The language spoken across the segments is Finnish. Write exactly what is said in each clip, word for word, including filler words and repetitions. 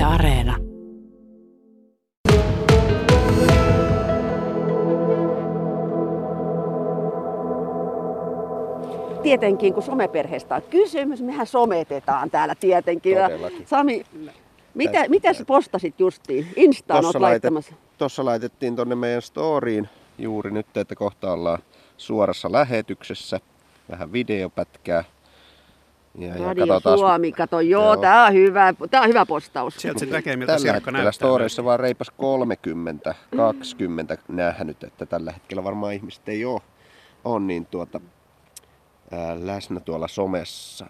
Areena. Tietenkin, kun someperheestä on kysymys, mehän sometetaan täällä tietenkin. Todellakin. Sami, mitä, mitä sä postasit justiin? Instaan oot laittamassa? Tuossa laitettiin tonne meidän storyin juuri nyt, että kohta ollaan suorassa lähetyksessä. Vähän videopätkää. Ja, Radio ja Suomi, kato, joo, joo. Tää on hyvä, tää on hyvä postaus. Sieltä sitten näkee, miltä sirkka näyttää. Storeissa vaan reipas kolmekymmentä, kaksikymmentä nähnyt, että tällä hetkellä varmaan ihmiset ei ole, on niin tuota, ää, läsnä tuolla somessa.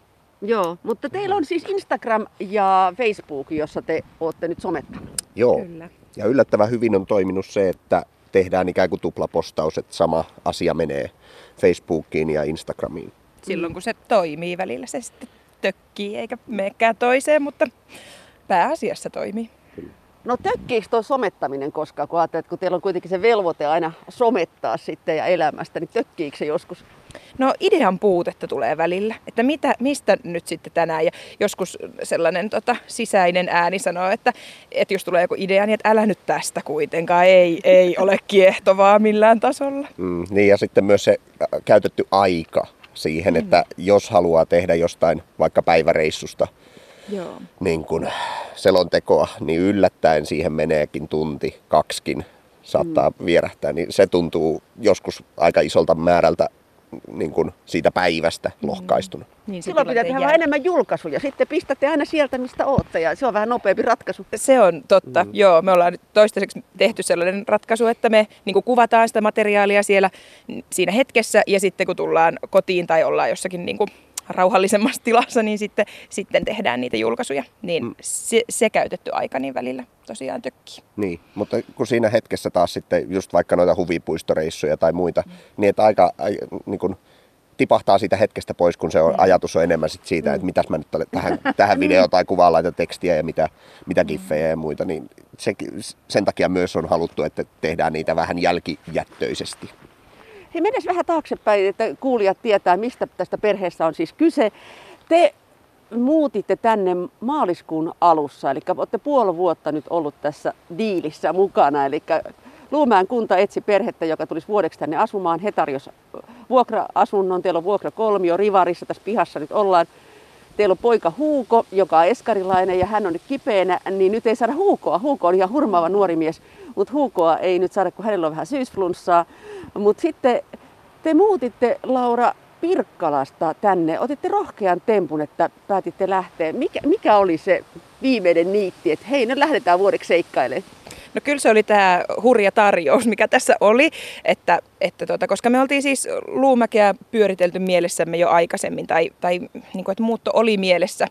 Joo, mutta teillä on siis Instagram ja Facebook, jossa te olette nyt somettanut. Joo, Kyllä. Ja yllättävän hyvin on toiminut se, että tehdään ikään kuin tuplapostaus, että sama asia menee Facebookiin ja Instagramiin. Silloin kun se toimii välillä, se sitten tökkii eikä menekään toiseen, mutta pääasiassa toimii. No tökkiikö tuo somettaminen koskaan, kun ajattelet, että kun teillä on kuitenkin se velvoite aina somettaa sitten ja elämästä, niin tökkiikö se joskus? No idean puutetta tulee välillä, että mitä, mistä nyt sitten tänään, ja joskus sellainen tota, sisäinen ääni sanoo, että, että jos tulee joku idea, niin että älä nyt tästä kuitenkaan, ei, ei ole kiehtovaa millään tasolla. Mm, niin ja sitten myös se käytetty aika siihen, mm. että jos haluaa tehdä jostain vaikka päiväreissusta, Joo. niin kuin selontekoa, niin yllättäen siihen meneekin tunti, kaksikin saattaa mm. vierähtää, niin se tuntuu joskus aika isolta määrältä niin kuin siitä päivästä mm. lohkaistuna. Niin, silloin pitää tehdä vähän enemmän julkaisuja, sitten pistätte aina sieltä, mistä ootte, ja se on vähän nopeampi ratkaisu. Se on totta, mm. joo. Me ollaan nyt toistaiseksi tehty sellainen ratkaisu, että me niin kuin kuvataan sitä materiaalia siellä siinä hetkessä, ja sitten kun tullaan kotiin tai ollaan jossakin niin kuin rauhallisemmassa tilassa, niin sitten, sitten tehdään niitä julkaisuja. Niin mm. se, se käytetty aika niin välillä tosiaan tökkii. Niin, mutta kun siinä hetkessä taas sitten just vaikka noita huvipuistoreissuja tai muita, mm. niin että aika niin kun tipahtaa siitä hetkestä pois, kun se on, mm. ajatus on enemmän sit siitä, mm. että mitäs mä nyt tähän, tähän videoon tai kuvaan laitan tekstiä ja mitä, mitä giffejä ja muita. Niin se, sen takia myös on haluttu, että tehdään niitä vähän jälkijättöisesti. Hei, mennään vähän taaksepäin, että kuulijat tietää, mistä tästä perheessä on siis kyse. Te muutitte tänne maaliskuun alussa, eli olette puoli vuotta nyt ollut tässä diilissä mukana. Eli Luumäen kunta etsi perhettä, joka tulisi vuodeksi tänne asumaan. He tarjosi vuokra-asunnon, teillä on vuokrakolmio Rivarissa, tässä pihassa nyt ollaan. Teillä on poika Huuko, joka on eskarilainen ja hän on nyt kipeänä, niin nyt ei saada Huukoa. Huuko on ihan hurmaava nuori mies, mutta Huukoa ei nyt saada, kun hänellä on vähän syysflunssaa. Mutta sitten te muutitte, Laura, Pirkkalasta tänne. Otitte rohkean tempun, että päätitte lähteä. Mikä, mikä oli se viimeinen niitti, että hei, nyt lähdetään vuodeksi seikkailemaan? No kyllä se oli tämä hurja tarjous, mikä tässä oli, että, että tuota, koska me oltiin siis Luumäkeä pyöritelty mielessämme jo aikaisemmin, tai, tai niin kuin, että muutto oli mielessä,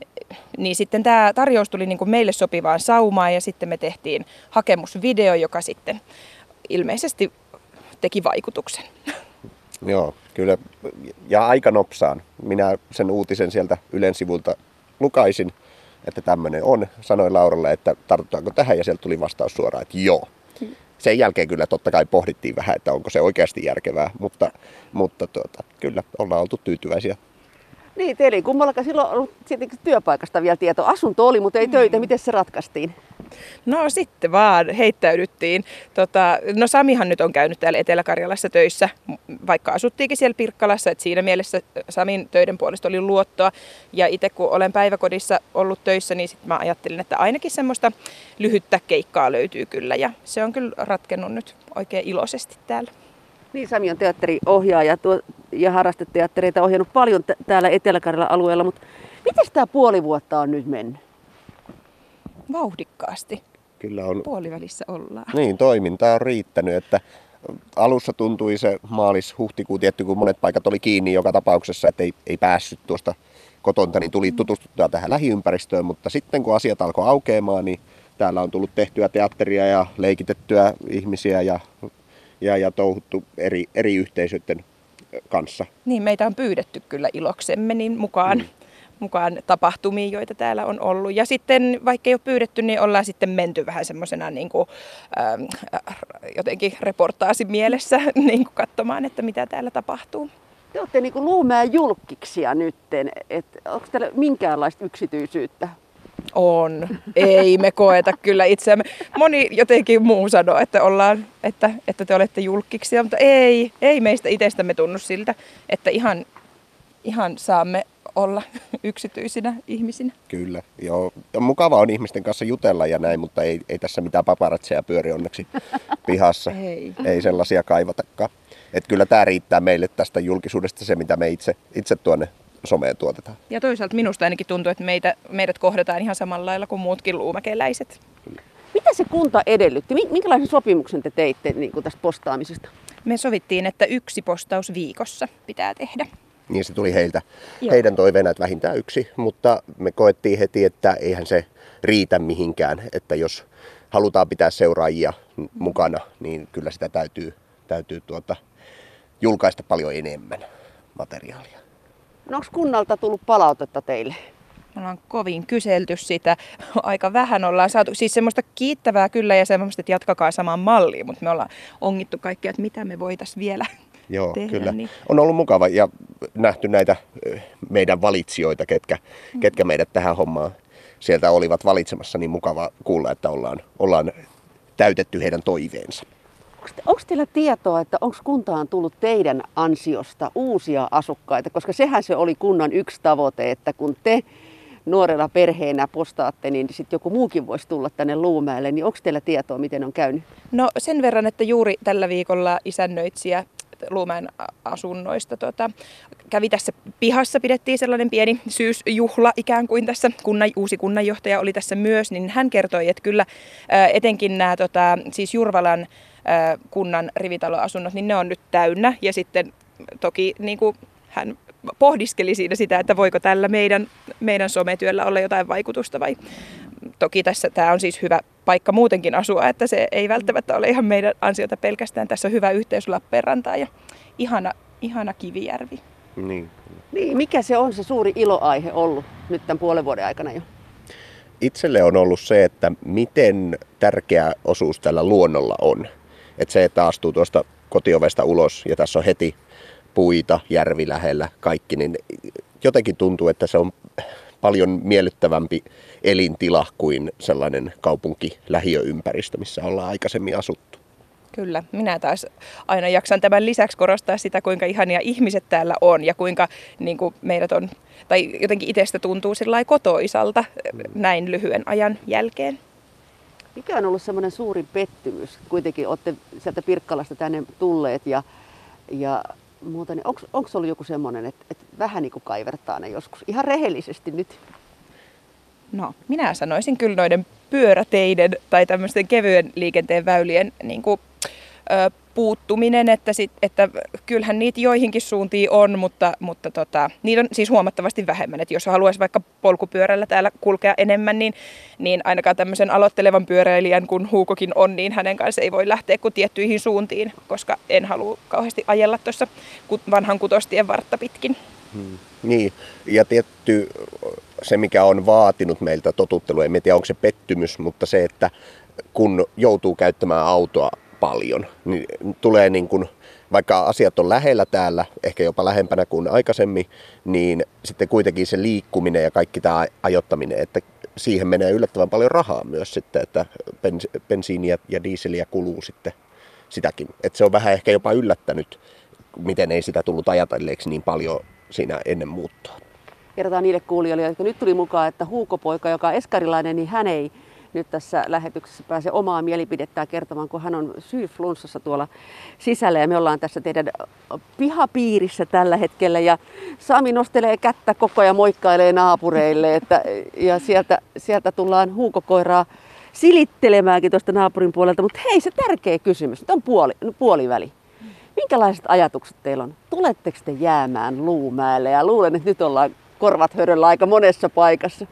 niin sitten tämä tarjous tuli niin kuin meille sopivaan saumaan, ja sitten me tehtiin hakemusvideo, joka sitten ilmeisesti teki vaikutuksen. Joo, kyllä. Ja aika nopsaan. Minä sen uutisen sieltä Ylen sivulta lukaisin, että tämmöinen on. Sanoin Lauralle, että tartutaanko tähän, ja sieltä tuli vastaus suoraan, että joo. Sen jälkeen kyllä totta kai pohdittiin vähän, että onko se oikeasti järkevää, mutta, mutta tuota, kyllä ollaan oltu tyytyväisiä. Niin, teillä ei kummallakaan silloin ollut työpaikasta vielä tieto. Asunto oli, mutta ei töitä. Mm. Miten se ratkaistiin? No sitten vaan heittäydyttiin. Tota, no Samihan nyt on käynyt täällä Etelä-Karjalassa töissä, vaikka asuttiinkin siellä Pirkkalassa. Et siinä mielessä Samin töiden puolesta oli luottoa. Ja itse kun olen päiväkodissa ollut töissä, niin sit mä ajattelin, että ainakin semmoista lyhyttä keikkaa löytyy kyllä. Ja se on kyllä ratkennut nyt oikein iloisesti täällä. Niin, Sami on teatteriohjaaja tuo, ja harrasteteattereita ohjannut paljon t- täällä Etelä-Karjalan alueella, mutta miten tämä puoli vuotta on nyt mennyt? Vauhdikkaasti. Kyllä on. Puolivälissä ollaan. Niin, toimintaa on riittänyt, että alussa tuntui se maalis-huhtikuu tietty, kun monet paikat oli kiinni joka tapauksessa, että ei, ei päässyt tuosta kotonta, niin tuli tutustuttua tähän lähiympäristöön, mutta sitten kun asiat alkoi aukeamaan, niin täällä on tullut tehtyä teatteria ja leikitettyä ihmisiä ja Ja, ja touhuttu eri, eri yhteisöiden kanssa. Niin, meitä on pyydetty kyllä iloksemme niin mukaan, mm. mukaan tapahtumiin, joita täällä on ollut. Ja sitten, vaikka ei ole pyydetty, niin ollaan sitten menty vähän semmoisena niin kuin, ähm, jotenkin reportaasi mielessä niin kuin katsomaan, että mitä täällä tapahtuu. Te olette niin kuin Luumäen julkkiksia nytten. Et onko teillä minkäänlaista yksityisyyttä? On. Ei me koeta kyllä itseämme. Moni jotenkin muu sanoo, että, ollaan, että, että te olette julkkiksia, mutta ei, ei meistä itsestämme tunnu siltä, että ihan, ihan saamme olla yksityisinä ihmisinä. Kyllä, joo. Mukava on ihmisten kanssa jutella ja näin, mutta ei, ei tässä mitään paparatseja pyöri onneksi pihassa. Ei. Ei sellaisia kaivatakaan. Et kyllä tämä riittää meille tästä julkisuudesta se, mitä me itse, itse tuonne someen tuotetaan. Ja toisaalta minusta ainakin tuntuu, että meitä, meidät kohdataan ihan samalla lailla kuin muutkin luumäkeläiset. Mitä se kunta edellytti? Minkälaisen sopimuksen te teitte niin kuin tästä postaamisesta? Me sovittiin, että yksi postaus viikossa pitää tehdä. Niin se tuli heiltä, Joo. heidän toiveena, että vähintään yksi, mutta me koettiin heti, että eihän se riitä mihinkään, että jos halutaan pitää seuraajia mukana, niin kyllä sitä täytyy, täytyy tuota, julkaista paljon enemmän materiaalia. No onko kunnalta tullut palautetta teille? Me ollaan kovin kyselty sitä. Aika vähän ollaan saatu. Siis semmoista kiittävää kyllä ja semmoista, että jatkakaa samaan malliin, mutta me ollaan ongittu kaikkea, että mitä me voitaisiin vielä Joo, tehdä. kyllä. Niin. On ollut mukava ja nähty näitä meidän valitsijoita, ketkä, mm. ketkä meidät tähän hommaan sieltä olivat valitsemassa, niin mukava kuulla, että ollaan, ollaan täytetty heidän toiveensa. Onko teillä tietoa, että onko kuntaan tullut teidän ansiosta uusia asukkaita? Koska sehän se oli kunnan yksi tavoite, että kun te nuorena perheenä postaatte, niin sitten joku muukin voisi tulla tänne Luumäelle. Niin onko teillä tietoa, miten on käynyt? No sen verran, että juuri tällä viikolla isännöitsijä Luumäen asunnoista tota, kävi tässä pihassa, pidettiin sellainen pieni syysjuhla ikään kuin tässä, kunnan, uusi kunnanjohtaja oli tässä myös, niin hän kertoi, että kyllä ää, etenkin nämä tota, siis Jurvalan ää, kunnan rivitaloasunnot, niin ne on nyt täynnä ja sitten toki niin kuin hän pohdiskeli siinä sitä, että voiko tällä meidän, meidän sometyöllä olla jotain vaikutusta vai toki tässä tämä on siis hyvä paikka muutenkin asua, että se ei välttämättä ole ihan meidän ansiota pelkästään. Tässä on hyvä yhteys Lappeenrantaan ja ihana, ihana Kivijärvi. Niin. Niin, mikä se on se suuri iloaihe ollut nyt tämän puolen vuoden aikana jo? Itselle on ollut se, että miten tärkeä osuus tällä luonnolla on. Että se, että astuu tuosta kotiovesta ulos ja tässä on heti puita, järvi lähellä, kaikki, niin jotenkin tuntuu, että se on paljon miellyttävämpi elintila kuin sellainen kaupunki-lähiöympäristö, missä ollaan aikaisemmin asuttu. Kyllä, minä taas aina jaksan tämän lisäksi korostaa sitä, kuinka ihania ihmiset täällä on ja kuinka niin kuin meidät on, tai jotenkin itsestä tuntuu sillä kotoisalta näin lyhyen ajan jälkeen. Mikä on ollut semmoinen suurin pettymys? Kuitenkin olette sieltä Pirkkalasta tänne tulleet ja, ja muuta, niin onko ollut joku semmoinen, että, että vähän niin kuin kaivertaa ne joskus? Ihan rehellisesti nyt. No, minä sanoisin kyllä noiden pyöräteiden tai tämmöisten kevyen liikenteen väylien niin kuin, ö, puuttuminen, että, sit, että kyllähän niitä joihinkin suuntiin on, mutta, mutta tota, niitä on siis huomattavasti vähemmän. Että jos haluaisi vaikka polkupyörällä täällä kulkea enemmän, niin, niin ainakaan tämmöisen aloittelevan pyöräilijän, kun Huukokin on, niin hänen kanssa ei voi lähteä kuin tiettyihin suuntiin, koska en halua kauheasti ajella tuossa vanhan kutostien vartta pitkin. Hmm. Niin, ja tietty se, mikä on vaatinut meiltä totuttelua, en tiedä onko se pettymys, mutta se, että kun joutuu käyttämään autoa paljon, niin tulee niin kuin, vaikka asiat on lähellä täällä, ehkä jopa lähempänä kuin aikaisemmin, niin sitten kuitenkin se liikkuminen ja kaikki tämä ajottaminen, että siihen menee yllättävän paljon rahaa myös sitten, että bensiiniä ja diiseliä kuluu sitten sitäkin. Että se on vähän ehkä jopa yllättänyt, miten ei sitä tullut ajatelleeksi niin paljon siinä ennen muuttoa. Kerrotaan niille kuulijoille, jotka nyt tuli mukaan, että Huuko-poika, joka on eskarilainen, niin hän ei nyt tässä lähetyksessä pääse omaa mielipidettään kertomaan, kun hän on syy-flunssassa tuolla sisällä. Ja me ollaan tässä teidän pihapiirissä tällä hetkellä. Ja Sami nostelee kättä koko ajan, moikkailee naapureille. Että, ja sieltä, sieltä tullaan Huuko-koiraa silittelemäänkin tuosta naapurin puolelta. Mutta hei, se tärkeä kysymys. Nyt on puoli, puoliväli. Minkälaiset ajatukset teillä on? Tuletteko te jäämään Luumäelle? Ja luulen, että nyt ollaan korvat höröllä aika monessa paikassa.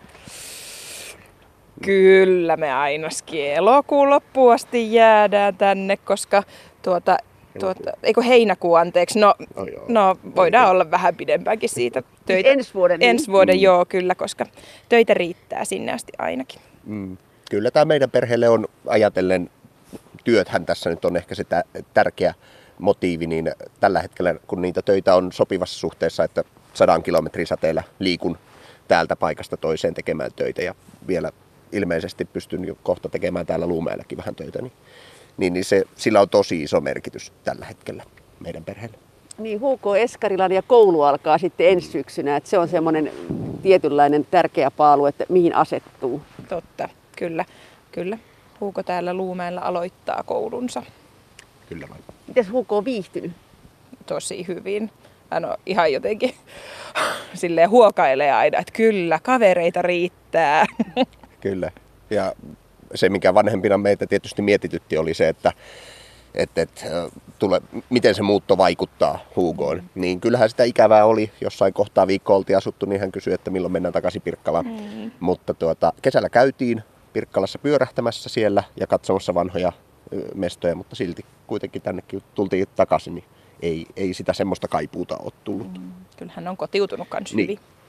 Kyllä me ainakin elokuun loppuun asti jäädään tänne, koska tuota, tuota eikö heinäkuu anteeksi, no, oh, joo. no voidaan olla vähän pidempäänkin siitä töitä. Ensi vuoden. Ensi vuoden mm. joo kyllä, koska töitä riittää sinne asti ainakin. Mm. Kyllä tämä meidän perheelle on ajatellen, työthän tässä nyt on ehkä se tärkeä motiivi, niin tällä hetkellä kun niitä töitä on sopivassa suhteessa, että sadan kilometrin säteellä liikun täältä paikasta toiseen tekemään töitä ja vielä ilmeisesti pystyn jo kohta tekemään täällä Luumäelläkin vähän töitä, niin, niin, niin se, sillä on tosi iso merkitys tällä hetkellä meidän perheelle. Niin, H K Eskarilan ja koulu alkaa sitten ensi syksynä, että se on semmoinen tietynlainen tärkeä paalu, että mihin asettuu. Totta, kyllä, kyllä. Huuko täällä Luumäellä aloittaa koulunsa. Kyllä vain. Miten H K on viihtynyt? Tosi hyvin. Hän on ihan jotenkin silleen huokailee aina, että kyllä, kavereita riittää. Kyllä. Ja se, mikä vanhempina meitä tietysti mietitytti, oli se, että et, et, tule, miten se muutto vaikuttaa Hugoon. Mm. Niin kyllähän sitä ikävää oli. Jossain kohtaa viikko oltiin asuttu, niin hän kysyi, että milloin mennään takaisin Pirkkalaan. Mm. Mutta tuota, kesällä käytiin Pirkkalassa pyörähtämässä siellä ja katsomassa vanhoja mestoja, mutta silti kuitenkin tännekin tultiin takaisin, niin ei, ei sitä semmoista kaipuuta ole tullut. Mm. Kyllähän on kotiutunut kans niin. hyvin.